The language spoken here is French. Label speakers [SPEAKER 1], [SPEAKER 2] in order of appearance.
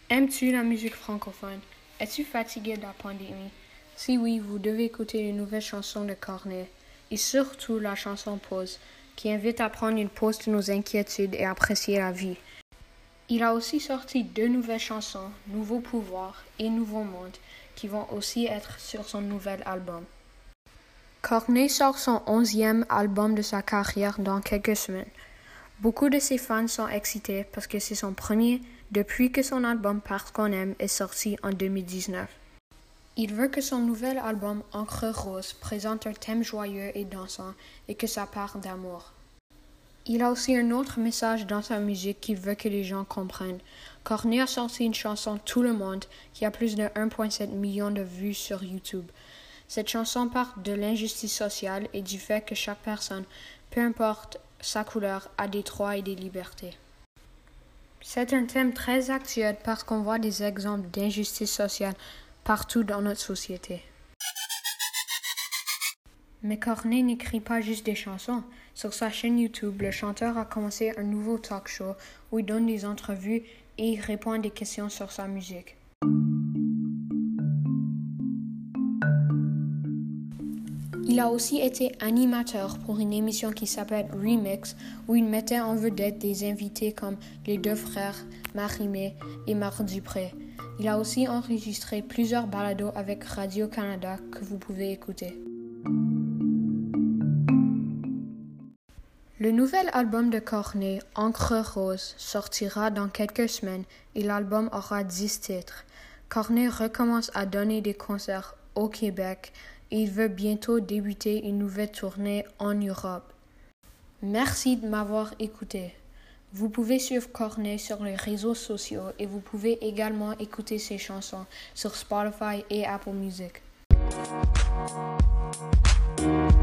[SPEAKER 1] Aimes-tu la musique francophone? Es-tu fatigué de la pandémie? Si oui, vous devez écouter les nouvelles chansons de Corneille, et surtout la chanson Pause, qui invite à prendre une pause de nos inquiétudes et apprécier la vie. Il a aussi sorti 2 nouvelles chansons, Nouveau Pouvoir et Nouveau Monde, qui vont aussi être sur son nouvel album. Corneille sort son 11e album de sa carrière dans quelques semaines. Beaucoup de ses fans sont excités parce que c'est son premier depuis que son album Parce qu'on aime est sorti en 2019. Il veut que son nouvel album Encre Rose présente un thème joyeux et dansant et que ça parle d'amour. Il a aussi un autre message dans sa musique qu'il veut que les gens comprennent. Corneille a sorti une chanson Tout le monde qui a plus de 1,7 million de vues sur YouTube. Cette chanson parle de l'injustice sociale et du fait que chaque personne, peu importe sa couleur, a des droits et des libertés. C'est un thème très actuel parce qu'on voit des exemples d'injustice sociale partout dans notre société. Mais Corneille n'écrit pas juste des chansons. Sur sa chaîne YouTube, le chanteur a commencé un nouveau talk show où il donne des entrevues et il répond à des questions sur sa musique. Il a aussi été animateur pour une émission qui s'appelle Remix, où il mettait en vedette des invités comme les 2 frères Marie-Mé et Marc Dupré. Il a aussi enregistré plusieurs balados avec Radio-Canada que vous pouvez écouter. Le nouvel album de Corneille, Encre Rose, sortira dans quelques semaines et l'album aura 10 titres. Corneille recommence à donner des concerts au Québec et il veut bientôt débuter une nouvelle tournée en Europe. Merci de m'avoir écouté. Vous pouvez suivre Corneille sur les réseaux sociaux et vous pouvez également écouter ses chansons sur Spotify et Apple Music.